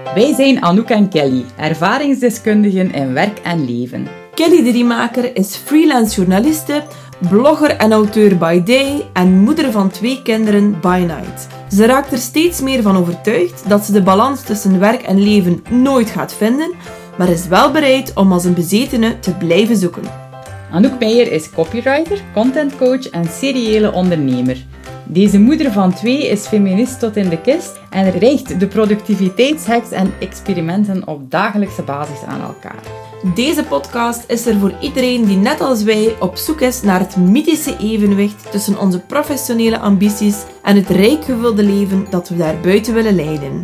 Wij zijn Anouk en Kelly, ervaringsdeskundigen in werk en leven. Kelly de Riemaker is freelance journaliste, blogger en auteur by day en moeder van 2 kinderen by night. Ze raakt er steeds meer van overtuigd dat ze de balans tussen werk en leven nooit gaat vinden, maar is wel bereid om als een bezetene te blijven zoeken. Anouk Meijer is copywriter, contentcoach en seriële ondernemer. Deze moeder van 2 is feminist tot in de kist en richt de productiviteitshacks en experimenten op dagelijkse basis aan elkaar. Deze podcast is er voor iedereen die net als wij op zoek is naar het mythische evenwicht tussen onze professionele ambities en het rijk gevulde leven dat we daarbuiten willen leiden.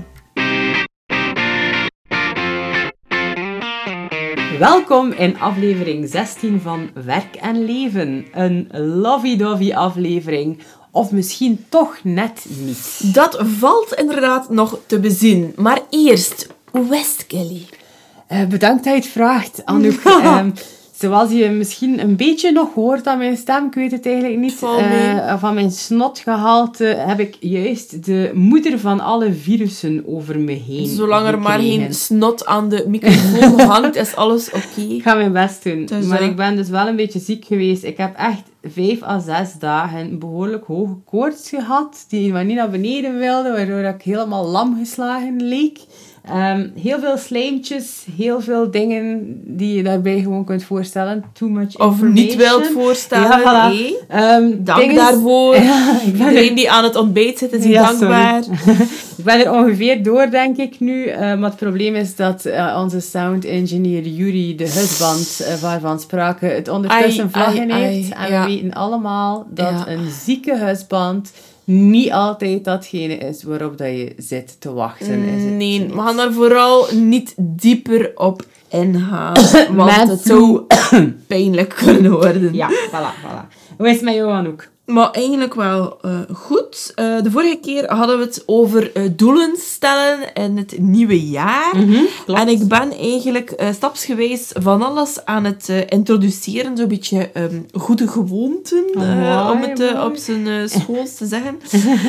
Welkom in aflevering 16 van Werk en Leven. Een lovey-dovey aflevering. Of misschien toch net niet. Dat valt inderdaad nog te bezien. Maar eerst, hoe is het, Kelly? Bedankt dat je het vraagt, Anouk. Zoals je misschien een beetje nog hoort aan mijn stem, ik weet het eigenlijk niet, van mijn snotgehalte, heb ik juist de moeder van alle virussen over me heen. Zolang er maar geen snot aan de microfoon hangt, is alles oké. Ik ga mijn best doen. Dus, maar ik ben dus wel een beetje ziek geweest. Ik heb echt 5 à 6 dagen behoorlijk hoge koorts gehad, die maar niet naar beneden wilde, waardoor ik helemaal lam geslagen leek. Heel veel slijmtjes, heel veel dingen die je daarbij gewoon kunt voorstellen. Too much information. Of niet wilt voorstellen. Ja, voilà. Dank daarvoor. Ja, iedereen die aan het ontbijt zit, is dankbaar. Ik ben er ongeveer door, denk ik nu. Maar het probleem is dat onze sound engineer Yuri, de husband waarvan sprake, het ondertussen vlaggen heeft. En we weten allemaal dat een zieke husband niet altijd datgene is waarop dat je zit te wachten. Nee, we gaan daar vooral niet dieper op ingaan. Want het zou pijnlijk kunnen worden. Ja, voilà. Hoe is het met jou, Anouk? Maar eigenlijk wel goed. De vorige keer hadden we het over doelen stellen in het nieuwe jaar. Klopt. En ik ben eigenlijk stapsgewijs van alles aan het introduceren. Zo'n beetje goede gewoonten, om het op zijn schoons te zeggen.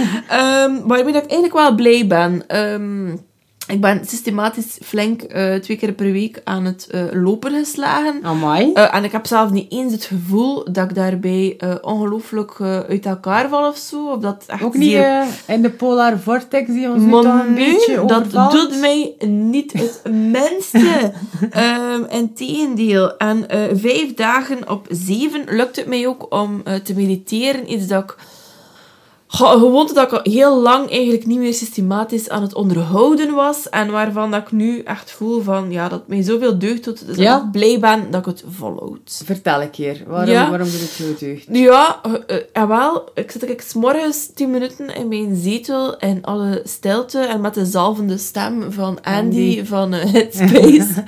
Waarmee dat ik eigenlijk wel blij ben. Ik ben systematisch flink 2 keer per week aan het lopen geslagen. Amai. En ik heb zelf niet eens het gevoel dat ik daarbij ongelooflijk uit elkaar val of zo. Of dat echt ook niet in de polar vortex die ons nu toch een beetje overvalt? Dat doet mij niet het minste. Integendeel. En 5 dagen op 7 lukt het mij ook om te mediteren. Iets dat ik... Een gewoonte dat ik heel lang eigenlijk niet meer systematisch aan het onderhouden was. En waarvan dat ik nu echt voel van, ja, dat het mij zoveel deugd doet. Dus dat ik blij ben dat ik het volhoud. Vertel een keer. Waarom doet het zo deugd? Ja, wel. Ik zit 's morgens 10 minuten in mijn zetel in alle stilte. En met de zalvende stem van Andy van Headspace.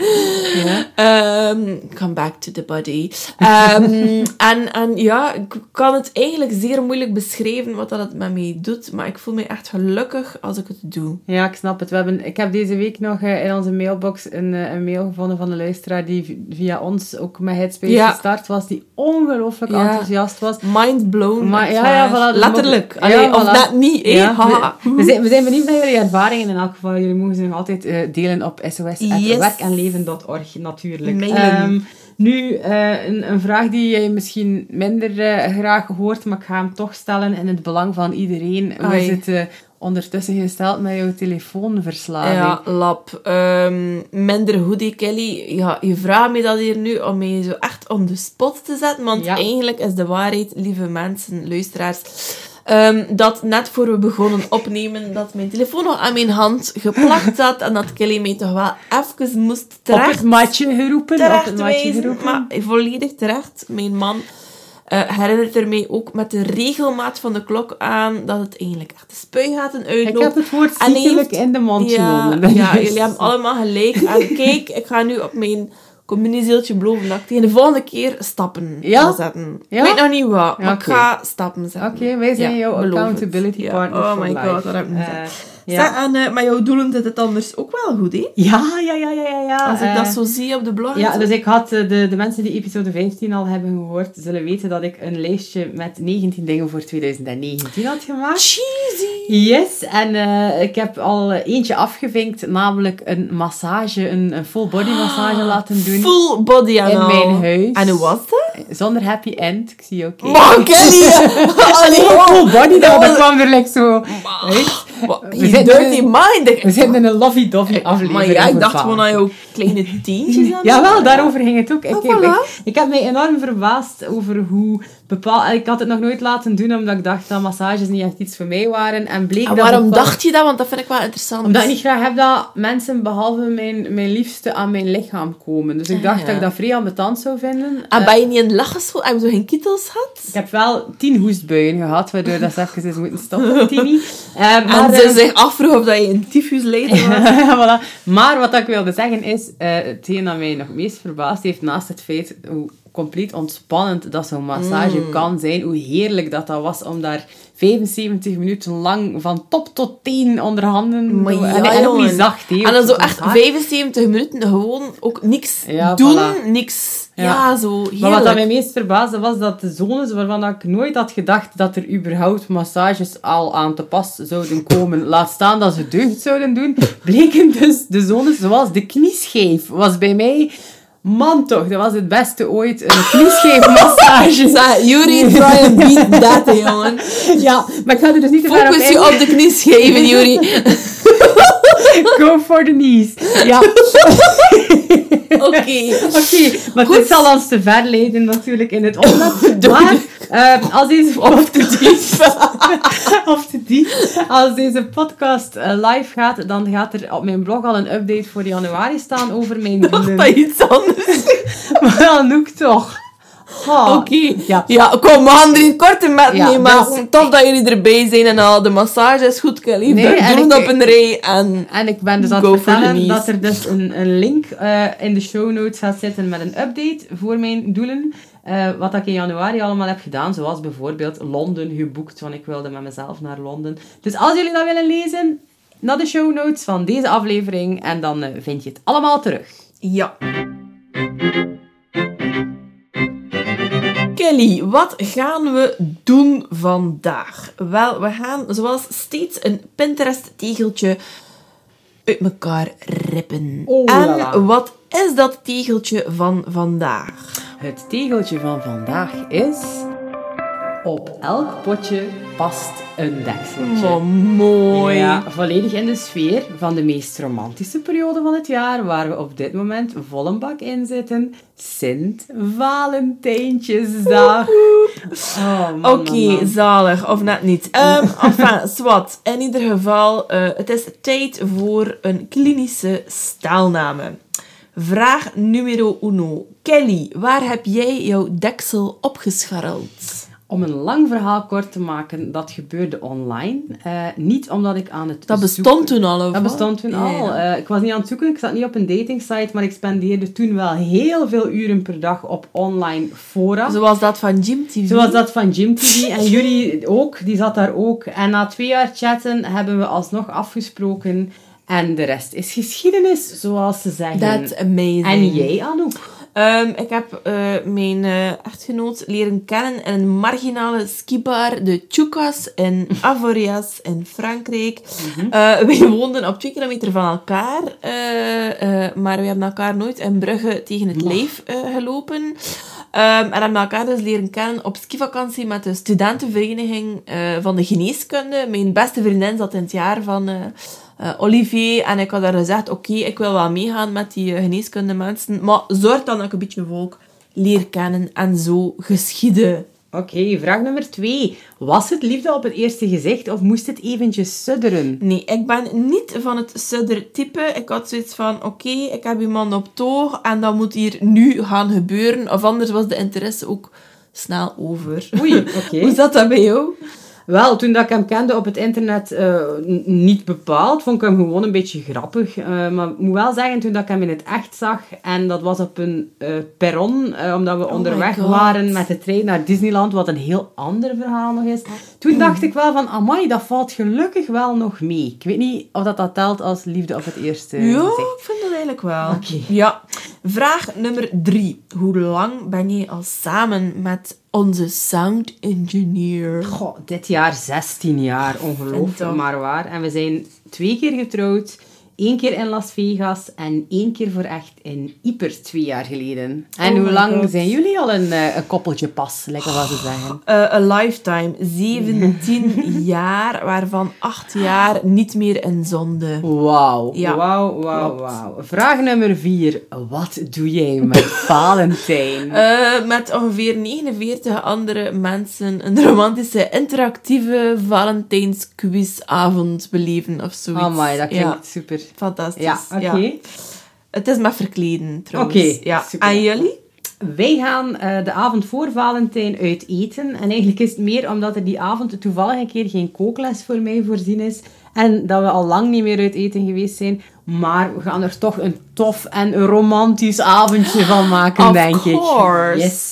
Come back to the body. En ja, ik kan het eigenlijk zeer moeilijk beschrijven wat dat het met mij doet, maar ik voel me echt gelukkig als ik het doe. Ja, ik snap het. Ik heb deze week nog in onze mailbox een mail gevonden van een luisteraar die via ons ook met Headspace gestart was, die ongelooflijk enthousiast was. Mind blown. Maar, voilà, letterlijk. Of dat niet, we zijn benieuwd naar jullie ervaringen. In elk geval, jullie mogen ze nog altijd delen op sos@werkenleven.org, natuurlijk. Nu, een vraag die jij misschien minder graag hoort, maar ik ga hem toch stellen in het belang van iedereen. Hoe is het ondertussen gesteld met jouw telefoonverslaving? Ja, lap. Minder goed, Kelly. Ja, je vraagt me dat hier nu om mij zo echt on the spot te zetten, want eigenlijk is de waarheid, lieve mensen, luisteraars, dat net voor we begonnen opnemen, dat mijn telefoon nog aan mijn hand geplakt zat en dat Kelly mij toch wel even moest terecht... Op het matje geroepen. Maar volledig terecht. Mijn man herinnert er mij ook met de regelmaat van de klok aan dat het eigenlijk echt de spuigaten uitloopt. Ik heb het woord ziekelijk in de mond genomen. Ja, jullie hebben allemaal gelijk. En kijk, ik ga nu op mijn communiezeeltje beloven dat ik tegen de volgende keer stappen ga zetten. Ja? Ik weet nog niet wat, maar ik ga stappen zetten. Oké, wij zijn jouw accountability partner Oh for my life. god, wat heb ik niet gezegd. Ja. En met jouw doelen zit het anders ook wel goed, hè? Ja. Als ik dat zo zie op de blog. Ja, dus ik had de mensen die episode 15 al hebben gehoord, zullen weten dat ik een lijstje met 19 dingen voor 2019 had gemaakt. Cheesy! Yes, en ik heb al eentje afgevinkt, namelijk een massage, een full body massage laten doen. Full body aan in mijn huis. En hoe was dat? Zonder happy end, ik zie ook. Maar Kelly! Full body, dat kwam er like zo uit. Dirty mind! We zitten in een lovey-dovey aflevering. Maar ja, ik dacht gewoon aan jouw kleine teentjes. Jawel, daarover ging het ook. Ik heb mij enorm verbaasd over hoe bepaald... Ik had het nog nooit laten doen, omdat ik dacht dat massages niet echt iets voor mij waren. En bleek en waarom dacht je dat? Want dat vind ik wel interessant. Omdat ik niet graag heb dat mensen, behalve mijn liefste, aan mijn lichaam komen. Dus ik dacht dat ik dat vrij ambetant zou vinden. En ben je niet in lachen en zo geen kittels had? Ik heb wel 10 hoestbuien gehad, waardoor dat ze even is moeten stoppen, Tini. En ze zich afvroeg of dat je een tyfusleider was. Voilà. Maar wat ik wilde zeggen is, hetgeen dat mij nog het meest verbaasd heeft, naast het feit hoe compleet ontspannend dat zo'n massage kan zijn, hoe heerlijk dat was om daar 75 minuten lang van top tot teen onder handen te doen. En ook niet zacht. En dan zo echt 75 minuten gewoon ook niks doen, niks... Ja, zo heerlijk. Maar wat dat mij meest verbaasde was dat de zones waarvan ik nooit had gedacht dat er überhaupt massages al aan te pas zouden komen, laat staan dat ze deugd zouden doen, bleken dus de zones zoals de knieschijf was bij mij... Man toch, dat was het beste ooit. Een knieschijfmassage. Yuri, try and beat that, jongen. Ja, maar ik ga er dus niet te ver op in. Focus je op de knieschijven, Yuri. Go for the knees. Ja. Oké, maar goed. Dit zal ons te ver leiden natuurlijk in het onderwerp. Maar als deze als deze podcast live gaat, dan gaat er op mijn blog al een update voor januari staan over mijn doelen. Dat iets anders. Maar dan ook toch. Oké. Ja, kom, we gaan er in korte met mee, maar dus, tof dat jullie erbij zijn en al. De massage is goed, Kelly. Doen op een rij en ik ben dus aan het vertellen dat er dus een link in de show notes gaat zitten met een update voor mijn doelen. Wat ik in januari allemaal heb gedaan, zoals bijvoorbeeld Londen geboekt, want ik wilde met mezelf naar Londen. Dus als jullie dat willen lezen, naar de show notes van deze aflevering en dan vind je het allemaal terug. Ja. Kelly, wat gaan we doen vandaag? Wel, we gaan zoals steeds een Pinterest-tegeltje uit elkaar rippen. En wat is dat tegeltje van vandaag? Het tegeltje van vandaag is... Op elk potje past een dekseltje. Oh, mooi. Ja, volledig in de sfeer van de meest romantische periode van het jaar, waar we op dit moment vol een bak in zitten. Sint-Valentijntjesdag. Oké, zalig. Of net niet. Enfin, zwart. In ieder geval, het is tijd voor een klinische staalname. Vraag numero 1. Kelly, waar heb jij jouw deksel opgescharreld? Om een lang verhaal kort te maken, dat gebeurde online. Niet omdat ik aan het Dat bestond toen al, of? Dat bestond toen al. Ik was niet aan het zoeken, ik zat niet op een datingsite, maar ik spendeerde toen wel heel veel uren per dag op online fora. Zoals dat van GymTV. Zoals dat van GymTV. En Yuri ook, die zat daar ook. En na 2 jaar chatten hebben we alsnog afgesproken. En de rest is geschiedenis, zoals ze zeggen. That's amazing. En jij, Anouk? Ik heb mijn echtgenoot leren kennen in een marginale skibar, de Chucas in Avoriaz in Frankrijk. Wij woonden op 2 kilometer van elkaar, maar we hebben elkaar nooit in Brugge tegen het lijf gelopen. En hebben elkaar dus leren kennen op skivakantie met de studentenvereniging van de geneeskunde. Mijn beste vriendin zat in het jaar van... Olivier, en ik had daar gezegd, oké, ik wil wel meegaan met die geneeskunde mensen, maar zorg dan dat ik een beetje volk leer kennen en zo geschieden. Oké, vraag nummer 2. Was het liefde op het eerste gezicht of moest het eventjes sudderen? Nee, ik ben niet van het sudder-type. Ik had zoiets van, oké, ik heb iemand op toog en dat moet hier nu gaan gebeuren, of anders was de interesse ook snel over. Oei, oké. Hoe zat dat bij jou? Wel, toen dat ik hem kende op het internet, niet bepaald. Vond ik hem gewoon een beetje grappig. Maar ik moet wel zeggen, toen dat ik hem in het echt zag, en dat was op een perron, omdat we onderweg waren met de trein naar Disneyland, wat een heel ander verhaal nog is. Toen dacht ik wel van, amai, dat valt gelukkig wel nog mee. Ik weet niet of dat telt als liefde op het eerste Ja, gezicht. ik vind dat eigenlijk wel. Okay. Ja. Vraag nummer 3. Hoe lang ben je al samen met onze sound engineer? Goh, dit jaar 16 jaar, ongelooflijk, maar waar. En we zijn 2 keer getrouwd. 1 keer in Las Vegas en 1 keer voor echt in Ypres 2 jaar geleden. En hoe lang zijn jullie al een koppeltje pas, lekker wat ze zeggen? A lifetime. 17 jaar, waarvan 8 jaar niet meer in zonde. Wauw, Ja, wauw. Vraag nummer 4. Wat doe jij met Valentijn? Met ongeveer 49 andere mensen een romantische, interactieve Valentijnsquizavond beleven of zoiets. Amai, dat klinkt super. Fantastisch. Ja, oké. Ja. Het is met verkleden, trouwens. Oké, ja. super. En jullie? Wij gaan de avond voor Valentijn uit eten. En eigenlijk is het meer omdat er die avond toevallig een keer geen kookles voor mij voorzien is. En dat we al lang niet meer uit eten geweest zijn. Maar we gaan er toch een tof en romantisch avondje van maken, denk ik. Of course. Yes.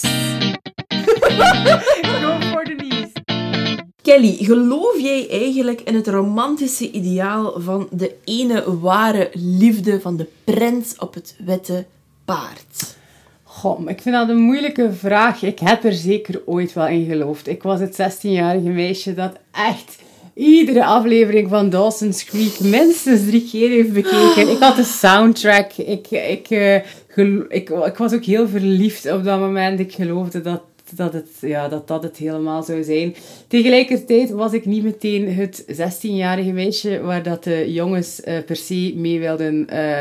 Go for the knees. Kelly, geloof jij eigenlijk in het romantische ideaal van de ene ware liefde van de prins op het witte paard? Goh, maar ik vind dat een moeilijke vraag. Ik heb er zeker ooit wel in geloofd. Ik was het 16-jarige meisje dat echt iedere aflevering van Dawson's Creek minstens 3 keer heeft bekeken. Ik had de soundtrack. Ik was ook heel verliefd op dat moment. Ik geloofde dat het helemaal zou zijn. Tegelijkertijd was ik niet meteen het 16-jarige meisje waar dat de jongens per se mee wilden,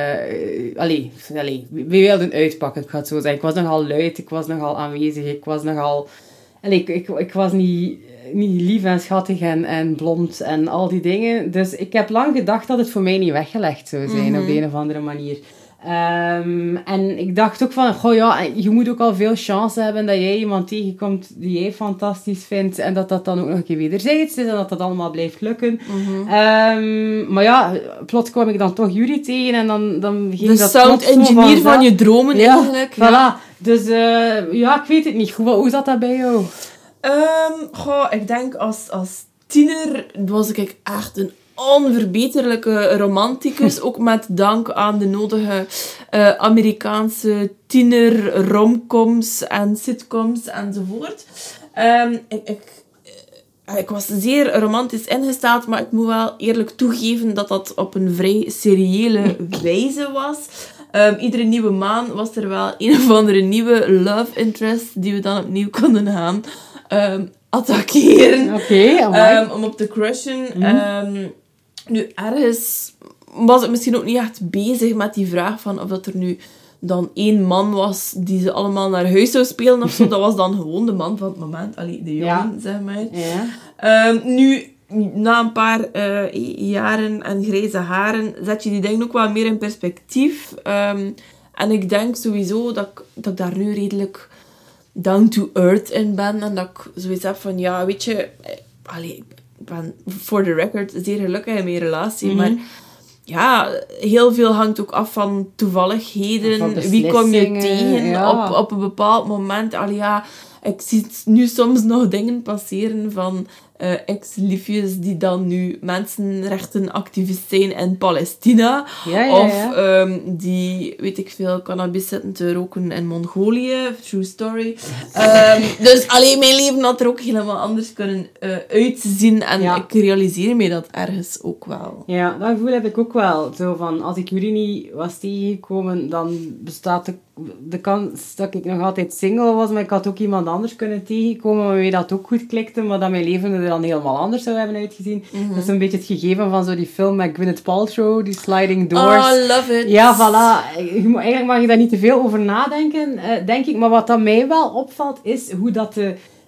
mee wilden uitpakken, ik ga het zo zeggen. Ik was nogal luid, ik was nogal aanwezig, ik was nogal... Ik was niet lief en schattig en blond en al die dingen. Dus ik heb lang gedacht dat het voor mij niet weggelegd zou zijn op de een of andere manier. En ik dacht ook van, goh ja, je moet ook al veel chance hebben dat jij iemand tegenkomt die jij fantastisch vindt en dat dan ook nog een keer wederzijds is en dat allemaal blijft lukken. Maar ja, plots kwam ik dan toch jullie tegen en dan ging de dat sound engineer van je dromen eigenlijk. Ja. Voilà. Dus ik weet het niet. Hoe zat dat bij jou? Ik denk als tiener was ik echt een onverbeterlijke romanticus. Ook met dank aan de nodige Amerikaanse tiener romcoms en sitcoms enzovoort. Ik was zeer romantisch ingesteld, maar ik moet wel eerlijk toegeven dat dat op een vrij seriële wijze was. Iedere nieuwe maand was er wel een of andere nieuwe love interest die we dan opnieuw konden gaan attackeren. Om op te crushen. Nu, ergens was ik misschien ook niet echt bezig met die vraag van of dat er nu dan 1 man was die ze allemaal naar huis zou spelen of zo. Dat was dan gewoon de man van het moment. Allee, de jongen, zeg maar. Ja. Nu, na een paar jaren en grijze haren, zet je die dingen ook wel meer in perspectief. En ik denk sowieso dat ik daar nu redelijk down to earth in ben. En dat ik zoiets heb van, ja, weet je... ik ben for the record zeer gelukkig in mijn relatie, maar ja, heel veel hangt ook af van toevalligheden. Wie kom je tegen op een bepaald moment? Ik zie nu soms nog dingen passeren van ex-liefjes die dan nu mensenrechtenactivist zijn in Palestina. Of die, weet ik veel, cannabis zitten te roken in Mongolië. True story. Dus mijn leven had er ook helemaal anders kunnen uitzien. En ik realiseer me dat ergens ook wel. Ja, dat gevoel heb ik ook wel. Zo van, als ik jullie niet was tegengekomen, dan bestaat de kans dat ik nog altijd single was, maar ik had ook iemand anders kunnen tegenkomen waarmee dat ook goed klikte, maar dat mijn leven er dan helemaal anders zou hebben uitgezien. Dat is een beetje het gegeven van zo die film met Gwyneth Paltrow, die Sliding Doors. Oh, love it. Ja, voilà. Eigenlijk mag je daar niet te veel over nadenken, denk ik. Maar wat dat mij wel opvalt, is hoe dat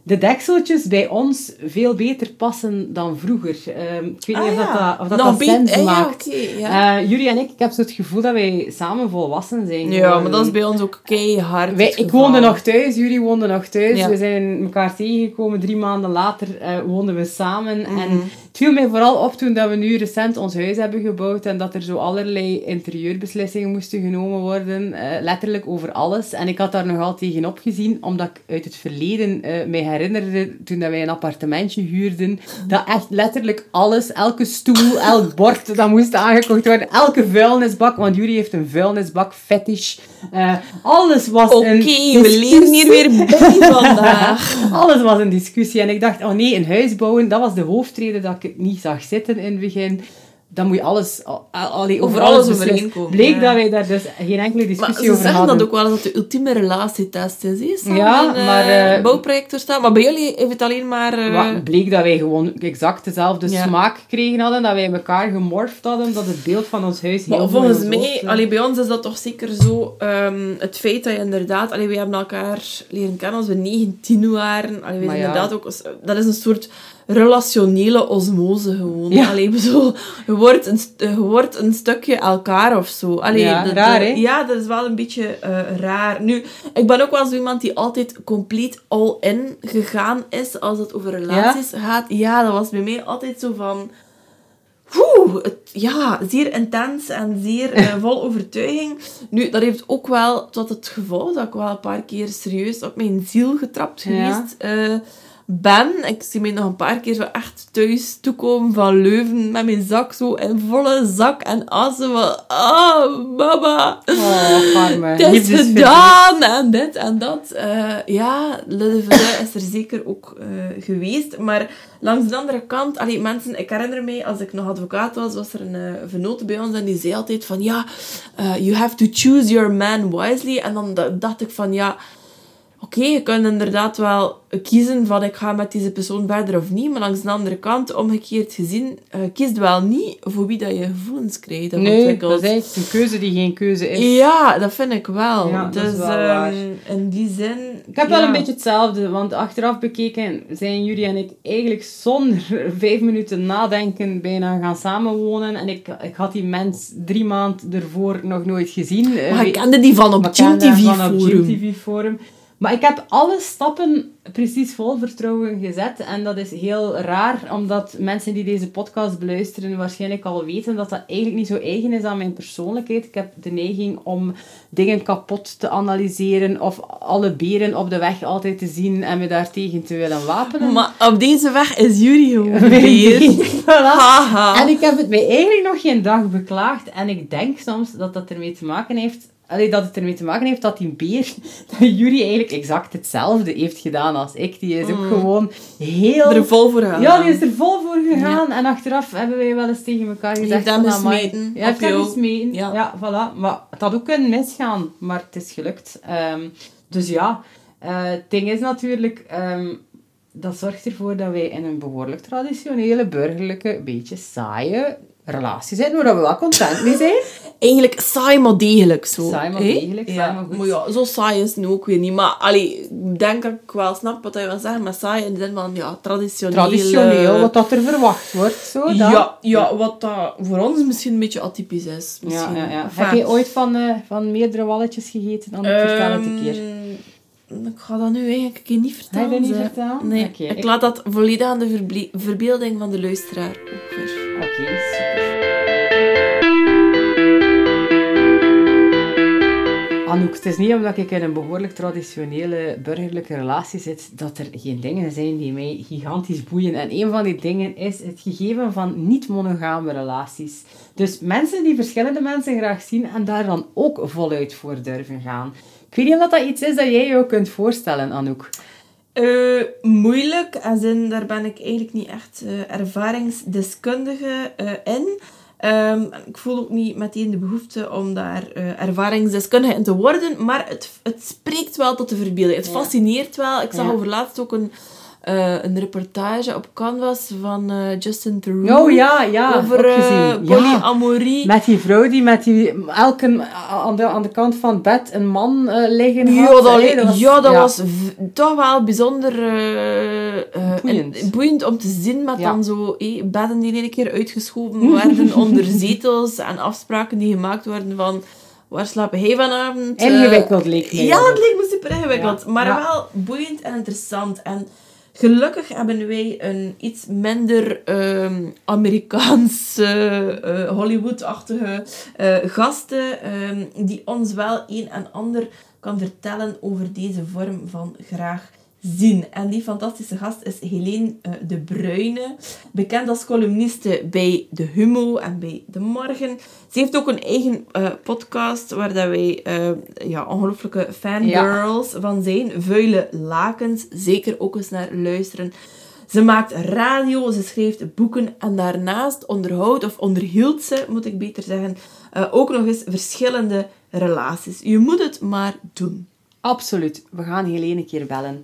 de dekseltjes bij ons veel beter passen dan vroeger. Ik weet niet of dat sens maakt. Jullie en ik heb zo het gevoel dat wij samen volwassen zijn. Ja, maar dat is bij ons ook keihard. Ik woonde nog thuis, jullie woonden nog thuis. Ja. We zijn elkaar tegengekomen. 3 maanden later woonden we samen. En het viel mij vooral op toen dat we nu recent ons huis hebben gebouwd en dat er zo allerlei interieurbeslissingen moesten genomen worden. Letterlijk over alles. En ik had daar nogal tegenop gezien, omdat ik uit het verleden mij herinnerde, toen dat wij een appartementje huurden, dat echt letterlijk alles, elke stoel, elk bord, dat moest aangekocht worden. Elke vuilnisbak, want jullie heeft een vuilnisbak fetish. Alles was een discussie. We leren hier weer bij vandaag. Alles was een discussie. En ik dacht, oh nee, een huis bouwen, dat was de hoofdreden dat ik het niet zag zitten in het begin. Dan moet je alles, over alles overeenkomen. Bleek dat wij daar dus geen enkele discussie over hadden. Maar ze zeggen dat ook wel eens dat de ultieme relatietest is. Ja, maar... bouwproject doorstaan. Maar bij jullie heeft het alleen maar... bleek dat wij gewoon exact dezelfde smaak gekregen hadden. Dat wij elkaar gemorfd hadden. Dat het beeld van ons huis heel mooi was. Volgens mij, bij ons is dat toch zeker zo... het feit dat je inderdaad... wij hebben elkaar leren kennen als we 19 waren. We zijn inderdaad ook... Dat is een soort... relationele osmose gewoon. Ja. Je wordt een stukje elkaar of zo. Raar, hè? Ja, dat is wel een beetje raar. Nu, ik ben ook wel zo iemand die altijd compleet all-in gegaan is als het over relaties gaat. Ja, dat was bij mij altijd zo van... zeer intens en zeer vol overtuiging. Nu, dat heeft ook wel tot het gevolg dat ik wel een paar keer serieus op mijn ziel getrapt geweest ben. Ik zie mij nog een paar keer zo echt thuis toekomen van Leuven met mijn zak zo in volle zak en assen van mama, het is gedaan en dit en dat. Ludde is er zeker ook geweest, maar langs de andere kant, mensen, ik herinner mij, als ik nog advocaat was er een vernoot bij ons en die zei altijd van you have to choose your man wisely. En dan dacht ik van oké, je kunt inderdaad wel kiezen van ik ga met deze persoon verder of niet, maar langs de andere kant, omgekeerd gezien, kiest wel niet voor wie dat je gevoelens krijgt. Nee, dat is eigenlijk een keuze die geen keuze is. Ja, dat vind ik wel. Ja, dus dat is wel waar. In die zin... Ik heb wel een beetje hetzelfde, want achteraf bekeken zijn jullie en ik eigenlijk zonder 5 minuten nadenken bijna gaan samenwonen. En ik had die mens 3 maanden ervoor nog nooit gezien. Maar ik kende die van op Gym TV Forum. Maar ik heb alle stappen precies vol vertrouwen gezet. En dat is heel raar, omdat mensen die deze podcast beluisteren waarschijnlijk al weten dat dat eigenlijk niet zo eigen is aan mijn persoonlijkheid. Ik heb de neiging om dingen kapot te analyseren of alle beren op de weg altijd te zien en me daartegen te willen wapenen. Maar op deze weg is Yuri gewoon beer. Voilà. En ik heb het mij eigenlijk nog geen dag beklaagd. En ik denk soms dat dat ermee te maken heeft... dat die beer, dat Yuri eigenlijk exact hetzelfde heeft gedaan als ik. Die is ook gewoon heel... er vol voor gegaan. Ja, die is er vol voor gegaan. Ja. En achteraf hebben wij wel eens tegen elkaar gezegd... Je hebt hem gesmeten. Ja, ik heb hem gesmeten. Ja, voilà. Maar het had ook kunnen misgaan. Maar het is gelukt. Dus ja, het ding is natuurlijk... dat zorgt ervoor dat wij in een behoorlijk traditionele, burgerlijke, beetje saaie... relatie zijn, waar we wel content mee zijn. Eigenlijk saai, maar degelijk zo. Saai, maar degelijk. Saai, maar goed. Maar ja, zo saai is het nu ook weer niet. Maar ik denk dat ik wel snap wat je wil zeggen. Maar saai in de zin van, traditioneel, wat dat er verwacht wordt. Zo, wat dat voor ons misschien een beetje atypisch is. Misschien. Ja. Heb je ooit van meerdere walletjes gegeten? Dan vertel het een keer. Ik ga dat nu eigenlijk een keer niet vertellen. Ga je dat niet vertellen? Nee, okay, ik laat dat volledig aan de verbeelding van de luisteraar over. Oké, super. Anouk, het is niet omdat ik in een behoorlijk traditionele burgerlijke relatie zit, dat er geen dingen zijn die mij gigantisch boeien. En een van die dingen is het gegeven van niet-monogame relaties. Dus mensen die verschillende mensen graag zien en daar dan ook voluit voor durven gaan. Ik weet niet of dat iets is dat jij je ook kunt voorstellen, Anouk. Moeilijk, en daar ben ik eigenlijk niet echt ervaringsdeskundige in. Ik voel ook niet meteen de behoefte om daar ervaringsdeskundige in te worden, maar het spreekt wel tot de verbeelding. Het fascineert wel. Ik zag overlaatst ook een reportage op Canvas van Justin Theroux. Oh ja, over polyamorie. Met die vrouw die met die elke aan de kant van het bed een man liggen had. Dat was toch wel bijzonder boeiend om te zien. Met dan zo bedden die een keer uitgeschoven werden onder zetels en afspraken die gemaakt worden van... Waar slaap jij vanavond? Ingewikkeld leek mij. Ja, het leek me super ingewikkeld. Maar wel boeiend en interessant. En gelukkig hebben wij een iets minder Amerikaans, Hollywood-achtige gasten die ons wel een en ander kan vertellen over deze vorm van graag zien. En die fantastische gast is Helene de Bruyne, bekend als columniste bij De Humo en bij De Morgen. Ze heeft ook een eigen podcast waar dat wij ongelooflijke fangirls van zijn. Vuile lakens, zeker ook eens naar luisteren. Ze maakt radio, ze schrijft boeken en daarnaast onderhield ze, moet ik beter zeggen, ook nog eens verschillende relaties. Je moet het maar doen. Absoluut. We gaan Helene een keer bellen.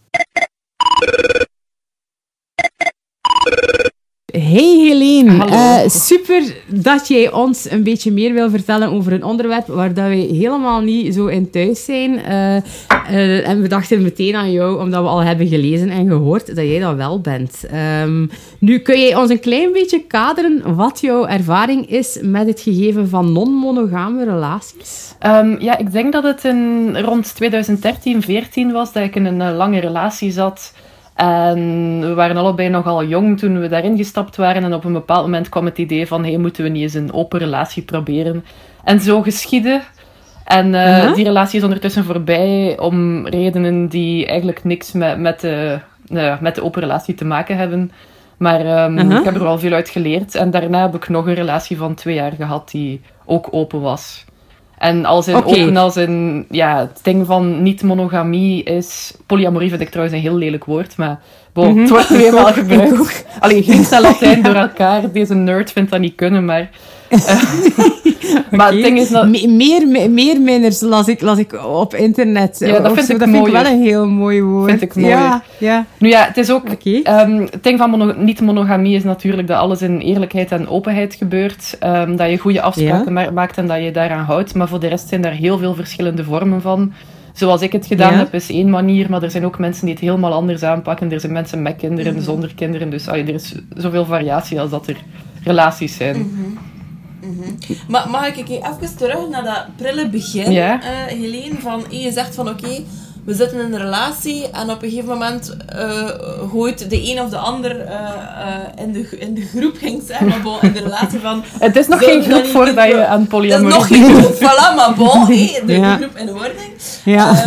Hey Helene, super dat jij ons een beetje meer wil vertellen over een onderwerp waar dat wij helemaal niet zo in thuis zijn. En we dachten meteen aan jou, omdat we al hebben gelezen en gehoord dat jij dat wel bent. Nu, kun jij ons een klein beetje kaderen wat jouw ervaring is met het gegeven van non-monogame relaties? Ik denk dat het rond 2013-14 was dat ik in een lange relatie zat. En we waren allebei nogal jong toen we daarin gestapt waren. En op een bepaald moment kwam het idee van... moeten we niet eens een open relatie proberen? En zo geschiedde. En die relatie is ondertussen voorbij... om redenen die eigenlijk niks met de open relatie te maken hebben. Maar ik heb er wel veel uit geleerd. En daarna heb ik nog een relatie van 2 jaar gehad... die ook open was. En open als in... Ja, het ding van niet-monogamie is... Polyamorie vind ik trouwens een heel lelijk woord, maar... Het wordt nu eenmaal gebruikt. Alleen Grieks en Latijn door elkaar. Deze nerd vindt dat niet kunnen, maar... Maar het ding is dat... Meer minners las ik op internet. Ja, dat vind ik wel een heel mooi woord. Vind ik mooier. Ja. Nu ja, het is ook... het ding van niet-monogamie is natuurlijk dat alles in eerlijkheid en openheid gebeurt. Dat je goede afspraken maakt en dat je daaraan houdt. Maar voor de rest zijn daar heel veel verschillende vormen van. Zoals ik het gedaan heb, is 1 manier. Maar er zijn ook mensen die het helemaal anders aanpakken. Er zijn mensen met kinderen, zonder kinderen. Dus er is zoveel variatie als dat er relaties zijn. Maar mag ik even terug naar dat prille begin, Helene? Je zegt van oké, we zitten in een relatie en op een gegeven moment gooit de een of de ander in de groep, ging zeggen, maar bon, in de relatie van... Het is nog geen groep voordat je aan polyamorie... Het is nog geen groep, voilà, maar bon, de groep in wording. Ja.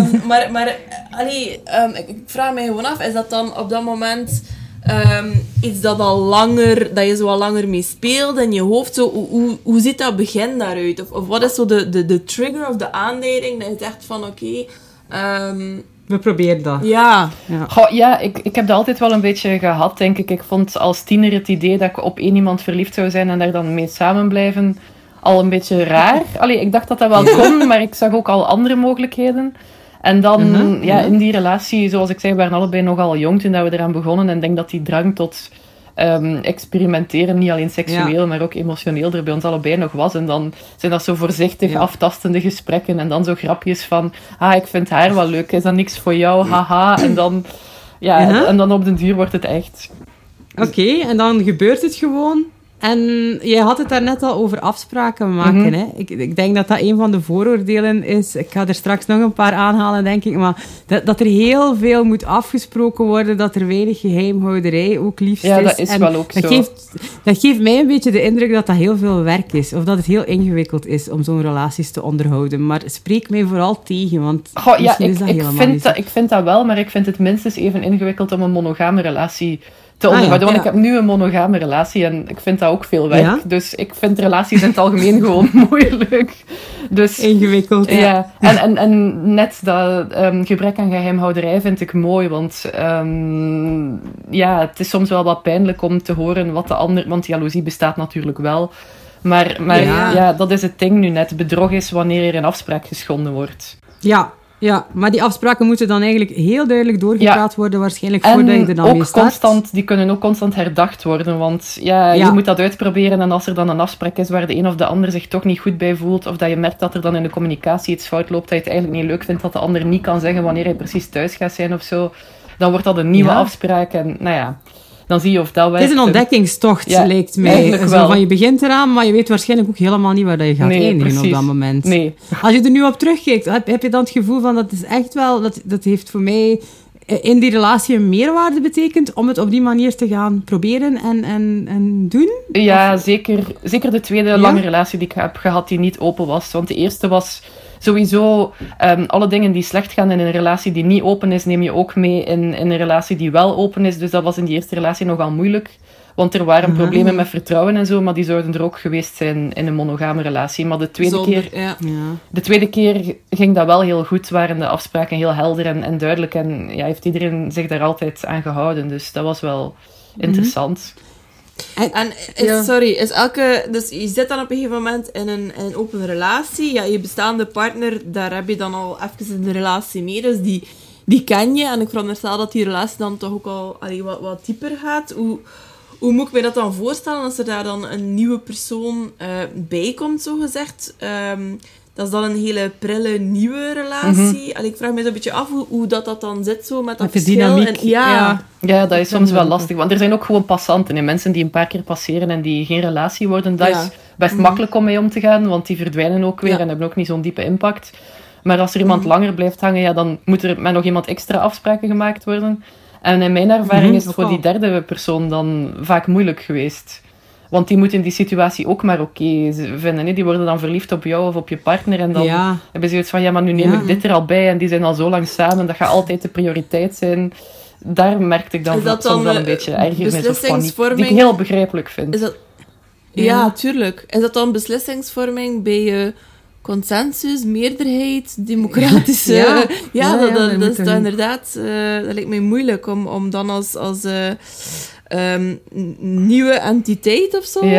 Ik vraag me gewoon af, is dat dan op dat moment... iets dat al langer, dat je zo al langer mee speelt in je hoofd, zo, hoe ziet dat begin daaruit? Of wat is zo de trigger of de aanleiding dat je zegt van oké, we proberen dat. Ja. Ik heb dat altijd wel een beetje gehad, denk ik. Ik vond als tiener het idee dat ik op 1 iemand verliefd zou zijn en daar dan mee samen blijven al een beetje raar. Ik dacht dat dat wel kon, maar ik zag ook al andere mogelijkheden. En dan, in die relatie, zoals ik zei, we waren allebei nogal jong toen we eraan begonnen. En ik denk dat die drang tot experimenteren, niet alleen seksueel, maar ook emotioneel, er bij ons allebei nog was. En dan zijn dat zo voorzichtig aftastende gesprekken. En dan zo grapjes van, ik vind haar wel leuk, is dat niks voor jou, haha. En dan, en dan op den duur wordt het echt. Oké, en dan gebeurt het gewoon... En jij had het daarnet al over afspraken maken. Hè? Ik denk dat dat een van de vooroordelen is. Ik ga er straks nog een paar aanhalen, denk ik. Maar dat er heel veel moet afgesproken worden. Dat er weinig geheimhouderij ook liefst is. Ja, dat is wel ook zo. Dat geeft mij een beetje de indruk dat dat heel veel werk is. Of dat het heel ingewikkeld is om zo'n relaties te onderhouden. Maar spreek mij vooral tegen, want ik vind dat wel. Maar ik vind het minstens even ingewikkeld om een monogame relatie te onderhouden. Want ik heb nu een monogame relatie en ik vind dat ook veel werk. Ja? Dus ik vind relaties in het algemeen gewoon moeilijk. Dus, ingewikkeld. Ja. En net dat gebrek aan geheimhouderij vind ik mooi. Want het is soms wel wat pijnlijk om te horen wat de ander... Want jaloezie bestaat natuurlijk wel. Maar dat is het ding nu net. Bedrog is wanneer er een afspraak geschonden wordt. Ja. Ja, maar die afspraken moeten dan eigenlijk heel duidelijk doorgepraat worden, waarschijnlijk voordat je er dan mee start. Die kunnen ook constant herdacht worden, want je moet dat uitproberen en als er dan een afspraak is waar de een of de ander zich toch niet goed bij voelt, of dat je merkt dat er dan in de communicatie iets fout loopt, dat je het eigenlijk niet leuk vindt dat de ander niet kan zeggen wanneer hij precies thuis gaat zijn of zo, dan wordt dat een nieuwe afspraak en dan zie je of dat werkt. Het is een ontdekkingstocht, lijkt mij. Zo van, je begint eraan, maar je weet waarschijnlijk ook helemaal niet waar je gaat eindigen op dat moment. Nee. Als je er nu op terugkijkt, heb je dan het gevoel van, dat is echt wel, dat heeft voor mij in die relatie een meerwaarde betekend om het op die manier te gaan proberen en doen? Ja, zeker de tweede lange relatie die ik heb gehad die niet open was. Want de eerste was sowieso alle dingen die slecht gaan in een relatie die niet open is, neem je ook mee in een relatie die wel open is. Dus dat was in die eerste relatie nogal moeilijk. Want er waren problemen met vertrouwen en zo, maar die zouden er ook geweest zijn in een monogame relatie. Maar de tweede keer ging dat wel heel goed, waren de afspraken heel helder en duidelijk. En heeft iedereen zich daar altijd aan gehouden. Dus dat was wel interessant. Dus je zit dan op een gegeven moment in een open relatie. Ja, je bestaande partner, daar heb je dan al even een relatie mee. Dus die ken je. En ik veronderstel dat die relatie dan toch ook al wat dieper gaat. Hoe moet ik mij dat dan voorstellen als er daar dan een nieuwe persoon bij komt, zogezegd? Dat is dan een hele prille nieuwe relatie. Ik vraag me zo'n beetje af hoe dat dan zit zo met dat verschil. Dynamiek. Ja, dat is soms wel lastig. Want er zijn ook gewoon passanten. En mensen die een paar keer passeren en die geen relatie worden. Dat is best makkelijk om mee om te gaan. Want die verdwijnen ook weer en hebben ook niet zo'n diepe impact. Maar als er iemand langer blijft hangen, dan moet er met nog iemand extra afspraken gemaakt worden. En in mijn ervaring is het voor die derde persoon dan vaak moeilijk geweest. Want die moeten die situatie ook maar oké vinden. Hè? Die worden dan verliefd op jou of op je partner. En dan hebben ze zoiets van, maar nu neem ik dit er al bij. En die zijn al zo lang samen. Dat gaat altijd de prioriteit zijn. Daar merkte ik dan soms wel een beetje ergernis of paniek. Die ik heel begrijpelijk vind. Is dat... Ja, tuurlijk. Is dat dan beslissingsvorming bij consensus, meerderheid, democratische... Dat is dan inderdaad... dat lijkt mij moeilijk om dan als nieuwe entiteit of zo.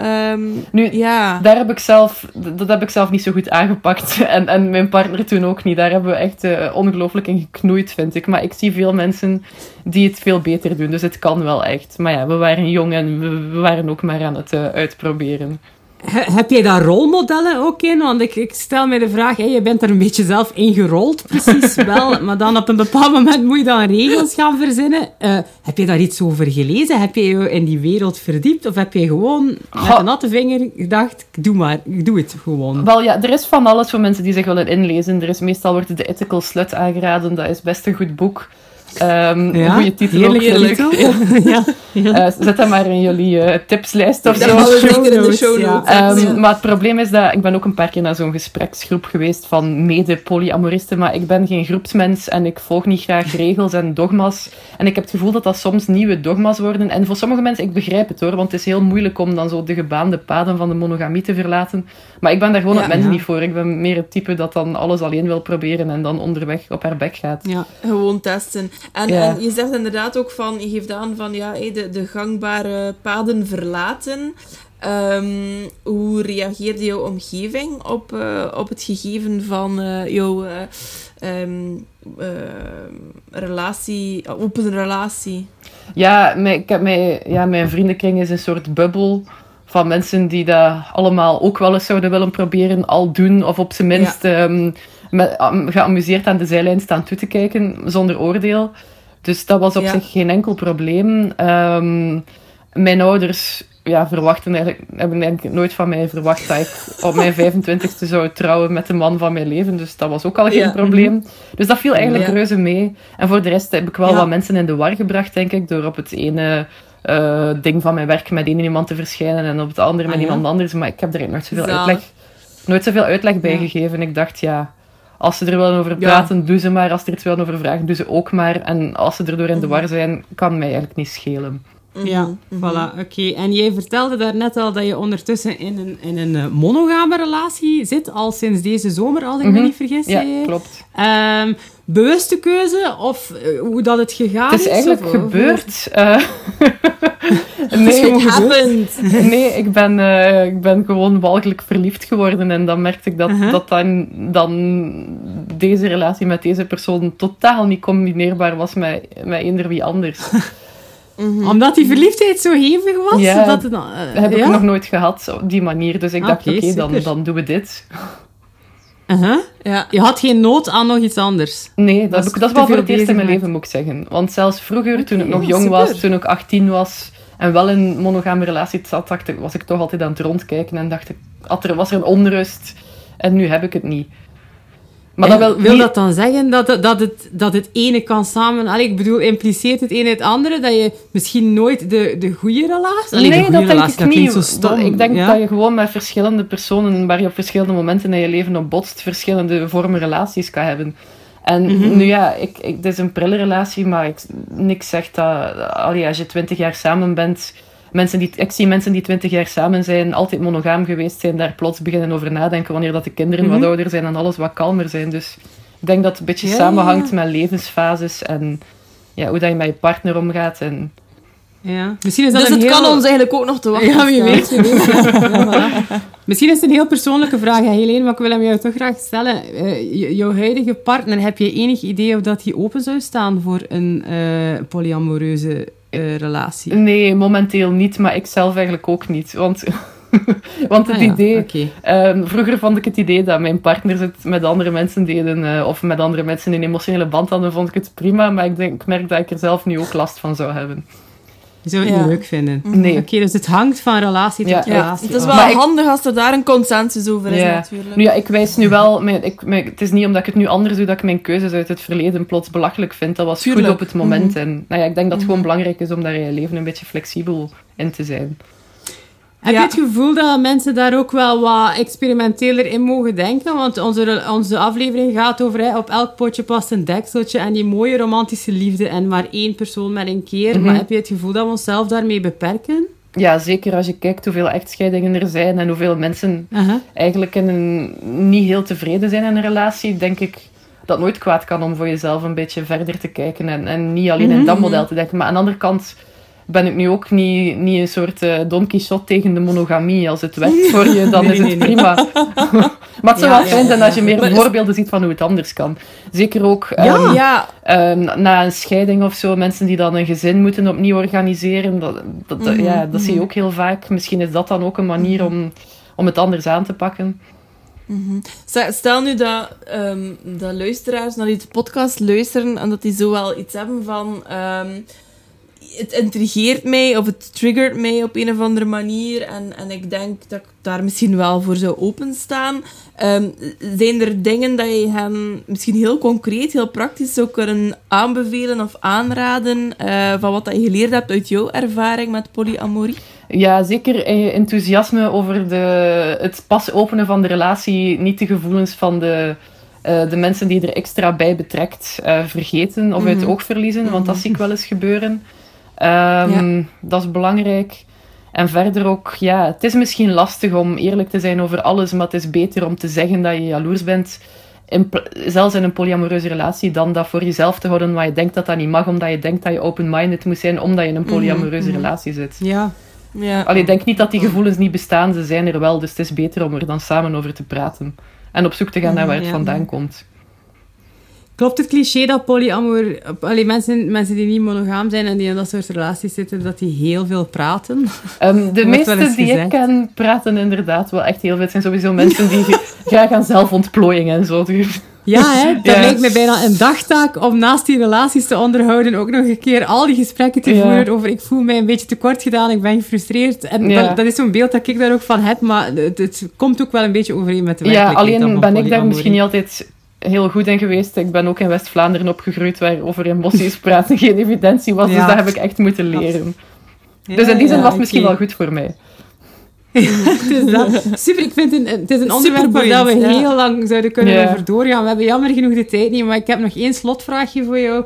Dat heb ik zelf niet zo goed aangepakt. En mijn partner toen ook niet. Daar hebben we echt ongelooflijk in geknoeid, vind ik. Maar ik zie veel mensen die het veel beter doen. Dus het kan wel echt. Maar we waren jong en we waren ook maar aan het uitproberen. Heb jij daar rolmodellen ook in? Want ik stel mij de vraag, je bent er een beetje zelf ingerold, precies wel. Maar dan op een bepaald moment moet je dan regels gaan verzinnen. Heb je daar iets over gelezen? Heb je je in die wereld verdiept? Of heb je gewoon met een natte vinger gedacht, ik doe het gewoon? Wel ja, er is van alles voor mensen die zich willen inlezen. Meestal wordt de Ethical Slut aangeraden. Dat is best een goed boek. Goede titel. Heerlijk. Zet dat maar in jullie tipslijst of zo. Zeker in de show notes. Maar het probleem is dat... Ik ben ook een paar keer naar zo'n gespreksgroep geweest van mede-polyamoristen, maar ik ben geen groepsmens en ik volg niet graag regels en dogma's. En ik heb het gevoel dat dat soms nieuwe dogma's worden. En voor sommige mensen, ik begrijp het hoor, want het is heel moeilijk om dan zo de gebaande paden van de monogamie te verlaten. Maar ik ben daar gewoon het mens niet voor. Ik ben meer het type dat dan alles alleen wil proberen en dan onderweg op haar bek gaat. Ja, gewoon testen. En je zegt inderdaad ook van, je geeft aan van de gangbare paden verlaten. Hoe reageerde jouw omgeving op het gegeven van jouw open relatie? Ja, mijn vriendenkring is een soort bubbel van mensen die dat allemaal ook wel eens zouden willen proberen, al doen, of op zijn minst geamuseerd aan de zijlijn staan toe te kijken, zonder oordeel. Dus dat was op zich geen enkel probleem. Mijn ouders hebben eigenlijk nooit van mij verwacht dat ik op mijn 25e zou trouwen met de man van mijn leven. Dus dat was ook al geen probleem. Dus dat viel eigenlijk reuze mee. En voor de rest heb ik wel wat mensen in de war gebracht, denk ik, door op het ene ding van mijn werk met één iemand te verschijnen en op het andere met iemand anders. Maar ik heb er nooit zoveel uitleg bij gegeven. Ik dacht, als ze er willen over praten, doe ze maar. Als ze er iets willen over vragen, doe ze ook maar. En als ze erdoor in de war zijn, kan mij eigenlijk niet schelen. Ja, voilà, oké. En jij vertelde daarnet al dat je ondertussen in een monogame relatie zit, al sinds deze zomer, als ik me niet vergis. Ja, klopt. Bewuste keuze, of hoe dat het gegaan is? Het is eigenlijk gebeurd. Nee, ik ben gewoon walgelijk verliefd geworden. En dan merkte ik dat dan deze relatie met deze persoon totaal niet combineerbaar was met eender wie anders. Omdat die verliefdheid zo hevig was? Ja, dat heb ik nog nooit gehad op die manier. Dus ik dacht, oké, dan doen we dit. Ja. Je had geen nood aan nog iets anders? Nee, dat is wel voor het eerst in mijn leven, moet ik zeggen. Want zelfs vroeger, toen ik nog jong was, toen ik 18 was en wel in een monogame relatie zat, was ik toch altijd aan het rondkijken en dacht ik, was er een onrust en nu heb ik het niet. Maar wil dat dan zeggen dat het ene kan samen... ik bedoel, impliceert het een het andere? Dat je misschien nooit de goede relatie... Nee, dat denk ik niet. Zo stom. Ik denk dat je gewoon met verschillende personen, waar je op verschillende momenten in je leven op botst, verschillende vormen relaties kan hebben. En nu ja, het is een prille relatie, maar niks zegt dat... als je 20 jaar samen bent... Ik zie mensen die 20 jaar samen zijn, altijd monogaam geweest zijn, daar plots beginnen over nadenken wanneer dat de kinderen wat ouder zijn en alles wat kalmer zijn. Dus ik denk dat het een beetje samenhangt met levensfases en hoe dat je met je partner omgaat. En... Ja. Misschien is dat dus het kan ons eigenlijk ook nog te wachten. Ja, wie weet. Misschien is het een heel persoonlijke vraag, Helene, maar ik wil hem jou toch graag stellen. Jouw huidige partner, heb je enig idee of dat hij open zou staan voor een polyamoreuze relatie? Nee, momenteel niet, maar ik zelf eigenlijk ook niet. Want het idee... Okay. Vroeger vond ik het idee dat mijn partners het met andere mensen deden, of met andere mensen een emotionele band hadden, vond ik het prima, maar ik merk dat ik er zelf nu ook last van zou hebben. Je zou het niet leuk vinden? Nee. Oké, dus het hangt van relatie tot relatie. Het is wel handig als er daar een consensus over is, natuurlijk. Nu ja, ik wijs nu wel... Het is niet omdat ik het nu anders doe dat ik mijn keuzes uit het verleden plots belachelijk vind. Dat was goed op het moment. En ik denk dat het gewoon belangrijk is om daar in je leven een beetje flexibel in te zijn. Heb je het gevoel dat mensen daar ook wel wat experimenteler in mogen denken? Want onze aflevering gaat over op elk potje past een dekseltje en die mooie romantische liefde en maar één persoon met een keer. Maar heb je het gevoel dat we onszelf daarmee beperken? Ja, zeker als je kijkt hoeveel echtscheidingen er zijn en hoeveel mensen eigenlijk niet heel tevreden zijn in een relatie, denk ik dat het nooit kwaad kan om voor jezelf een beetje verder te kijken en niet alleen in dat model te denken. Maar aan de andere kant ben ik nu ook niet een soort Don Quixote tegen de monogamie. Als het werkt voor je, dan is het prima. Maar het zou wel fijn zijn als je meer voorbeelden ziet van hoe het anders kan. Zeker ook na een scheiding of zo, mensen die dan een gezin moeten opnieuw organiseren. Dat zie je ook heel vaak. Misschien is dat dan ook een manier om het anders aan te pakken. Stel nu dat luisteraars naar die podcast luisteren en dat die zo wel iets hebben van... het intrigeert mij of het triggert mij op een of andere manier en ik denk dat ik daar misschien wel voor zou openstaan. Zijn er dingen dat je hen misschien heel concreet, heel praktisch zou kunnen aanbevelen of aanraden van wat dat je geleerd hebt uit jouw ervaring met polyamorie? Ja, zeker enthousiasme over het pas openen van de relatie, niet de gevoelens van de mensen die er extra bij betrekt vergeten of uit het oog verliezen, want dat zie ik wel eens gebeuren. Dat is belangrijk. En verder ook, het is misschien lastig om eerlijk te zijn over alles, maar het is beter om te zeggen dat je jaloers bent, zelfs in een polyamoreuze relatie, dan dat voor jezelf te houden, maar je denkt dat dat niet mag, omdat je denkt dat je open-minded moet zijn, omdat je in een polyamoreuze relatie zit. Ja. Allee, ik denk niet dat die gevoelens niet bestaan, ze zijn er wel, dus het is beter om er dan samen over te praten. En op zoek te gaan naar waar het vandaan komt. Klopt het cliché dat polyamoor... mensen die niet monogaam zijn en die in dat soort relaties zitten, dat die heel veel praten? De meeste die ik ken praten inderdaad wel echt heel veel. Het zijn sowieso mensen die graag aan zelfontplooiing en zo doen. Ja, dat lijkt me bijna een dagtaak om naast die relaties te onderhouden ook nog een keer al die gesprekken te voeren over ik voel mij een beetje tekort gedaan, ik ben gefrustreerd. En dat is zo'n beeld dat ik daar ook van heb, maar het komt ook wel een beetje overeen met de werkelijkheid. Ja, alleen ben ik daar misschien niet altijd heel goed in geweest. Ik ben ook in West-Vlaanderen opgegroeid, waar over emoties praten geen evidentie was, dus dat heb ik echt moeten leren. Dus in die zin was het misschien wel goed voor mij. Super, ik vind het is een onderwerp waar we heel lang zouden kunnen over doorgaan. We hebben jammer genoeg de tijd niet, maar ik heb nog één slotvraagje voor jou.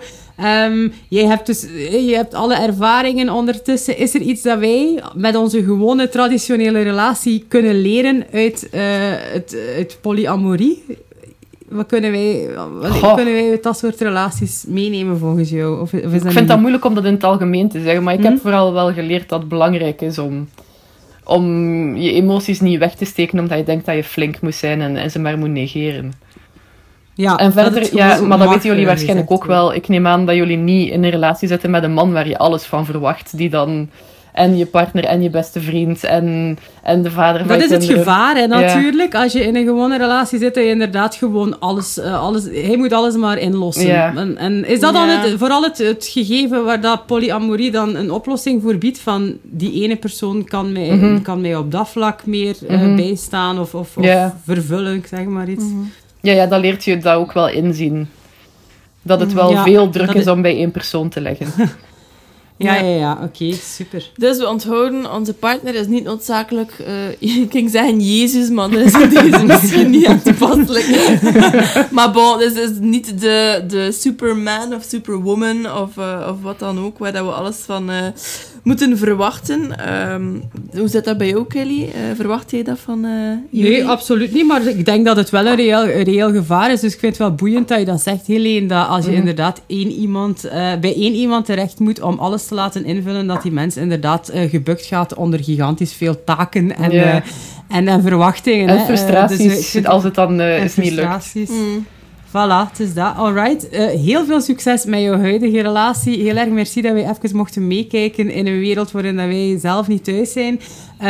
Je hebt alle ervaringen ondertussen. Is er iets dat wij met onze gewone traditionele relatie kunnen leren uit polyamorie? Wat kunnen wij uit dat soort relaties meenemen volgens jou? Of is dat ik vind dat moeilijk om dat in het algemeen te zeggen, maar ik heb vooral wel geleerd dat het belangrijk is om je emoties niet weg te steken omdat je denkt dat je flink moet zijn en ze maar moet negeren. Ja, en verder, maar dat weten jullie waarschijnlijk ook wel. Ik neem aan dat jullie niet in een relatie zitten met een man waar je alles van verwacht, die dan en je partner en je beste vriend en de vader van je kinderen. Dat is het gevaar, hè, natuurlijk. Ja. Als je in een gewone relatie zit, dat je inderdaad gewoon alles... hij moet alles maar inlossen. Ja. En is dat dan vooral het gegeven waar dat polyamorie dan een oplossing voor biedt? Van die ene persoon kan mij op dat vlak meer bijstaan of vervullen, zeg maar iets. Ja, dat leert je dat ook wel inzien. Dat het wel veel druk is om bij één persoon te leggen. Ja, oké, super. Dus we onthouden, onze partner is niet noodzakelijk, ik ging zeggen Jezus, maar dat is in deze misschien niet aan toepasselijk. Maar bon, dus is niet de Superman of Superwoman of wat dan ook, waar dat we alles van moeten verwachten. Hoe zit dat bij jou, Kelly? Verwacht jij dat van jullie? Nee, absoluut niet, maar ik denk dat het wel een reëel gevaar is. Dus ik vind het wel boeiend dat je dat zegt, Helene, dat als je inderdaad bij één iemand terecht moet om alles te laten invullen, dat die mens inderdaad gebukt gaat onder gigantisch veel taken en verwachtingen. En frustraties, dus als het dan is niet lukt. Voilà, het is dat. Alright. Heel veel succes met jouw huidige relatie. Heel erg merci dat wij even mochten meekijken in een wereld waarin dat wij zelf niet thuis zijn.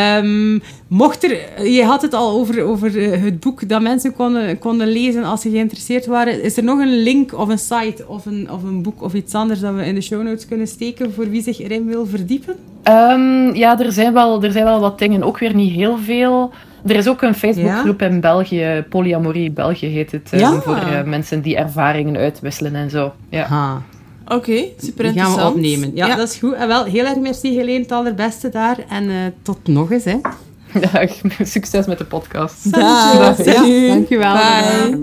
Je had het al over het boek dat mensen konden lezen als ze geïnteresseerd waren. Is er nog een link of een site of een boek of iets anders dat we in de show notes kunnen steken voor wie zich erin wil verdiepen? Er zijn wel wat dingen. Ook weer niet heel veel. Er is ook een Facebookgroep in België, Polyamorie België heet het, voor mensen die ervaringen uitwisselen en zo. Ja. Oké, super interessant. Die gaan we opnemen. Ja, dat is goed. En wel, heel erg merci Helene, het allerbeste daar. En tot nog eens, hè. Ja, succes met de podcast. Dag. Dankjewel. Bye.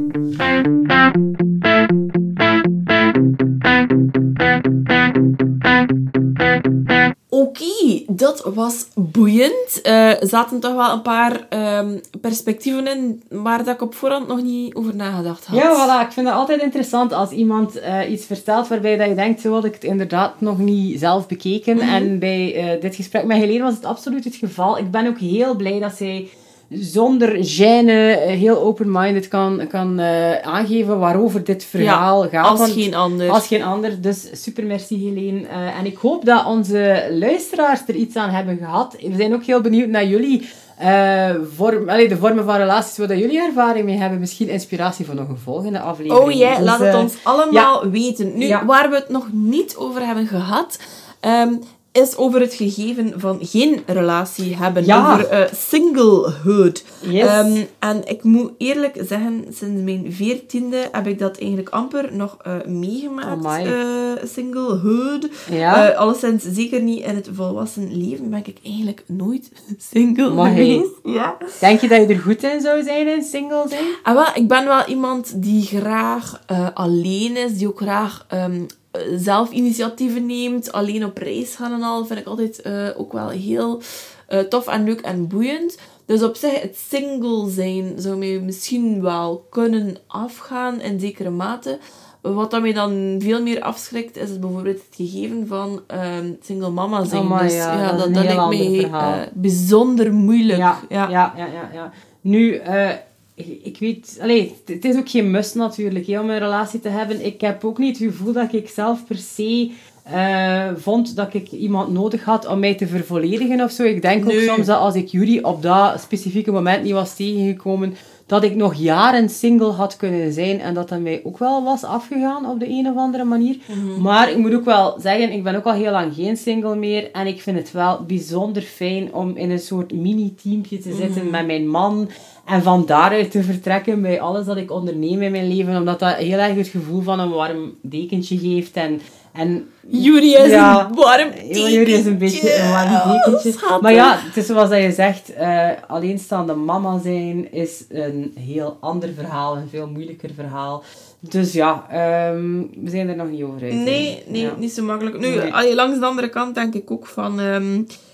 Oké, dat was boeiend. Er zaten toch wel een paar perspectieven in waar dat ik op voorhand nog niet over nagedacht had. Ja, voilà. Ik vind het altijd interessant als iemand iets vertelt waarbij dat je denkt, zo had ik het inderdaad nog niet zelf bekeken. En bij dit gesprek met Helene was het absoluut het geval. Ik ben ook heel blij dat zij zonder gêne heel open-minded kan aangeven waarover dit verhaal gaat. Als geen ander. Als geen ander. Dus super merci Helene. En ik hoop dat onze luisteraars er iets aan hebben gehad. We zijn ook heel benieuwd naar jullie de vormen van relaties waar jullie ervaring mee hebben. Misschien inspiratie voor nog een volgende aflevering. Oh ja, laat het ons allemaal weten. Nu, waar we het nog niet over hebben gehad... is over het gegeven van geen relatie hebben. Over singlehood. Yes. En ik moet eerlijk zeggen, sinds mijn 14e heb ik dat eigenlijk amper nog meegemaakt. Singlehood. Ja. Alleszins zeker niet in het volwassen leven ben ik eigenlijk nooit single geweest. Ja. Denk je dat je er goed in zou zijn in single zijn? Ik ben wel iemand die graag alleen is, die ook graag... zelf initiatieven neemt, alleen op reis gaan en al, vind ik altijd ook wel heel tof en leuk en boeiend. Dus op zich, het single zijn zou mij misschien wel kunnen afgaan in zekere mate. Wat dat mij dan veel meer afschrikt, is bijvoorbeeld het gegeven van single mama zijn. Dat lijkt mij bijzonder moeilijk. Ja. Nu... ik weet... het is ook geen must natuurlijk, om een relatie te hebben. Ik heb ook niet het gevoel dat ik zelf per se vond dat ik iemand nodig had om mij te vervolledigen of zo. Ik denk ook soms dat als ik jullie op dat specifieke moment niet was tegengekomen, dat ik nog jaren single had kunnen zijn en dat mij ook wel was afgegaan op de een of andere manier. Mm-hmm. Maar ik moet ook wel zeggen, ik ben ook al heel lang geen single meer en ik vind het wel bijzonder fijn om in een soort mini-teampje te zitten met mijn man en van daaruit te vertrekken bij alles dat ik onderneem in mijn leven, omdat dat heel erg het gevoel van een warm dekentje geeft en Yuri is een warm dekentje. Yuri is een beetje een warm dekentje. Maar ja, het is zoals dat je zegt, alleenstaande mama zijn is een heel ander verhaal, een veel moeilijker verhaal. Dus we zijn er nog niet over uit. Nee, niet zo makkelijk. Nu, langs de andere kant denk ik ook van...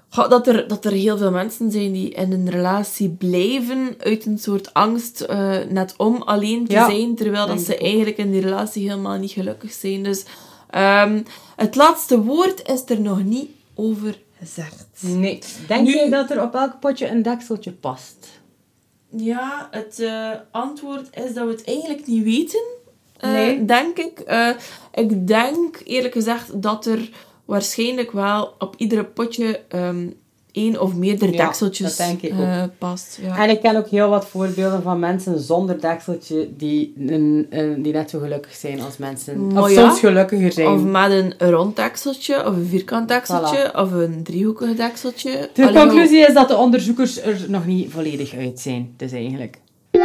Dat er heel veel mensen zijn die in een relatie blijven uit een soort angst net om alleen te zijn, terwijl dat ze eigenlijk in die relatie helemaal niet gelukkig zijn. Dus het laatste woord is er nog niet over gezegd. Nee. Denk jij dat er op elk potje een dekseltje past? Ja, het antwoord is dat we het eigenlijk niet weten, denk ik. Ik denk eerlijk gezegd dat er waarschijnlijk wel op iedere potje 1 of meerdere dekseltjes past. Ja. En ik ken ook heel wat voorbeelden van mensen zonder dekseltje die net zo gelukkig zijn als mensen. Of soms gelukkiger zijn. Of met een rond dekseltje, of een vierkant dekseltje, of een driehoekig dekseltje. De conclusie is dat de onderzoekers er nog niet volledig uit zijn. Dus eigenlijk.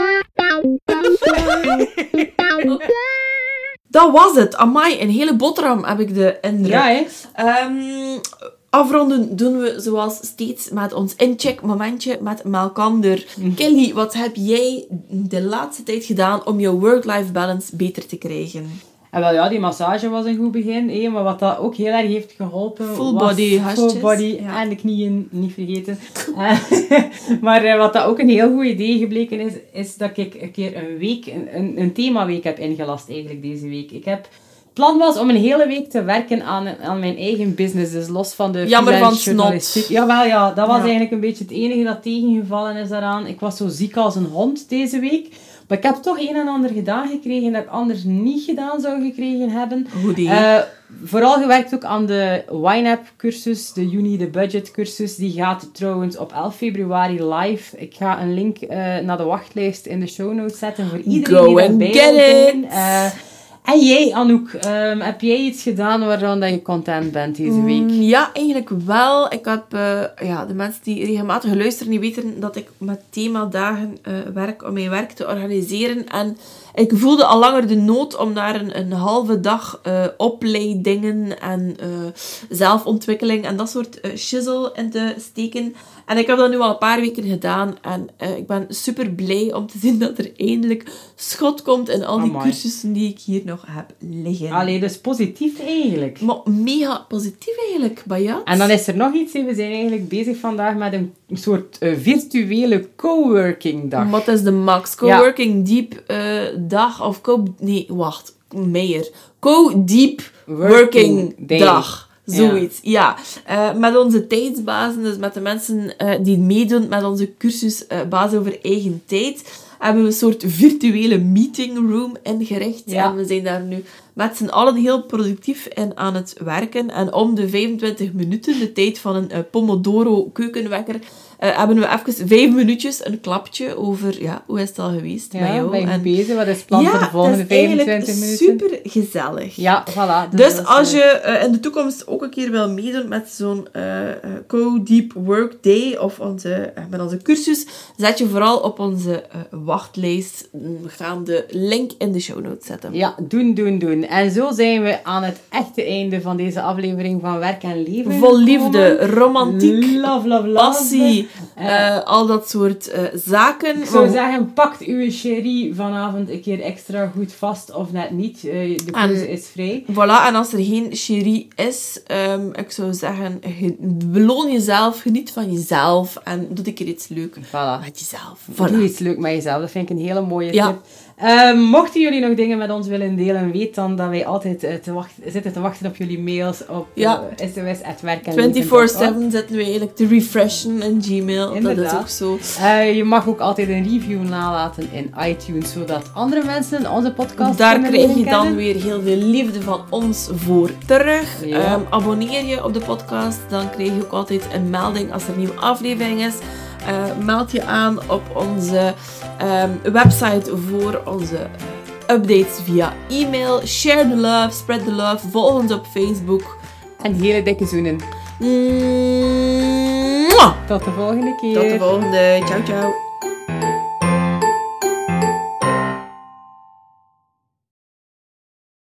Dat was het. Amai, een hele boterham heb ik de indruk. Ja, hè? Afronden doen we zoals steeds met ons incheck momentje met Melkander. Kelly, wat heb jij de laatste tijd gedaan om jouw work-life balance beter te krijgen? En wel ja, die massage was een goed begin. Maar wat dat ook heel erg heeft geholpen... Full body en de knieën niet vergeten. Maar wat dat ook een heel goed idee gebleken is dat ik een keer een week, een themaweek heb ingelast eigenlijk deze week. Het plan was om een hele week te werken aan mijn eigen business. Dus los van de jammer van snot. Jawel, ja. Dat was eigenlijk een beetje het enige dat tegengevallen is daaraan. Ik was zo ziek als een hond deze week. Maar ik heb toch een en ander gedaan gekregen dat ik anders niet gedaan zou gekregen hebben. Vooral gewerkt ook aan de YNAB-cursus, de Uni the Budget-cursus. Die gaat trouwens op 11 februari live. Ik ga een link naar de wachtlijst in de show notes zetten voor iedereen die erbij wil zijn. En jij, Anouk, heb jij iets gedaan waarvan dat je content bent deze week? Ja, eigenlijk wel. Ik heb, de mensen die regelmatig luisteren, die weten dat ik met themadagen werk om mijn werk te organiseren. En ik voelde al langer de nood om daar een halve dag opleidingen en zelfontwikkeling en dat soort shizzle in te steken. En ik heb dat nu al een paar weken gedaan. En ik ben super blij om te zien dat er eindelijk schot komt in al die cursussen die ik hier nog heb liggen. Allee, dus positief eigenlijk. Maar mega positief eigenlijk, Bayat. En dan is er nog iets. We zijn eigenlijk bezig vandaag met een soort virtuele coworking dag. Wat is de max? Coworking Deep dag of meer. Co-Deep Working Dag. Zoiets, ja. Met onze tijdsbazen, dus met de mensen die meedoen met onze cursus Basis over eigen tijd, hebben we een soort virtuele meeting room ingericht. Ja. En we zijn daar nu met z'n allen heel productief in aan het werken. En om de 25 minuten, de tijd van een Pomodoro keukenwekker, hebben we even 5 minuutjes een klapje over, hoe is het al geweest met jou? Ben je bezig? Wat is het plan voor de volgende 25 minuten? Super gezellig. Ja, voilà. Dus als je in de toekomst ook een keer wil meedoen met zo'n Co-Deep Work Day of met onze cursus, zet je vooral op onze wachtlijst. We gaan de link in de show notes zetten. Ja, doen. En zo zijn we aan het echte einde van deze aflevering van Werk en Leven. Vol liefde, romantiek, love, passie, al dat soort zaken. Ik zou zeggen, pakt uw chérie vanavond een keer extra goed vast of net niet. De keuze is vrij. Voilà, en als er geen chérie is, ik zou zeggen, beloon jezelf, geniet van jezelf en doe een keer iets leuk met jezelf. Voilà. Doe iets leuk met jezelf, dat vind ik een hele mooie tip. Mochten jullie nog dingen met ons willen delen, weet dan dat wij altijd zitten te wachten op jullie mails op SOS@werkenleven.org. 24/7 zitten we eigenlijk te refreshen in Gmail. Inderdaad. Dat is ook zo. Je mag ook altijd een review nalaten in iTunes, zodat andere mensen onze podcast daar kunnen krijg je kennen. dan weer heel veel liefde van ons voor terug. Ja. Abonneer je op de podcast, dan krijg je ook altijd een melding als er een nieuwe aflevering is. Meld je aan op onze website voor onze updates via e-mail. Share the love, spread the love. Volg ons op Facebook. En hele dikke zoenen. Tot de volgende keer. Tot de volgende. Ciao, ciao.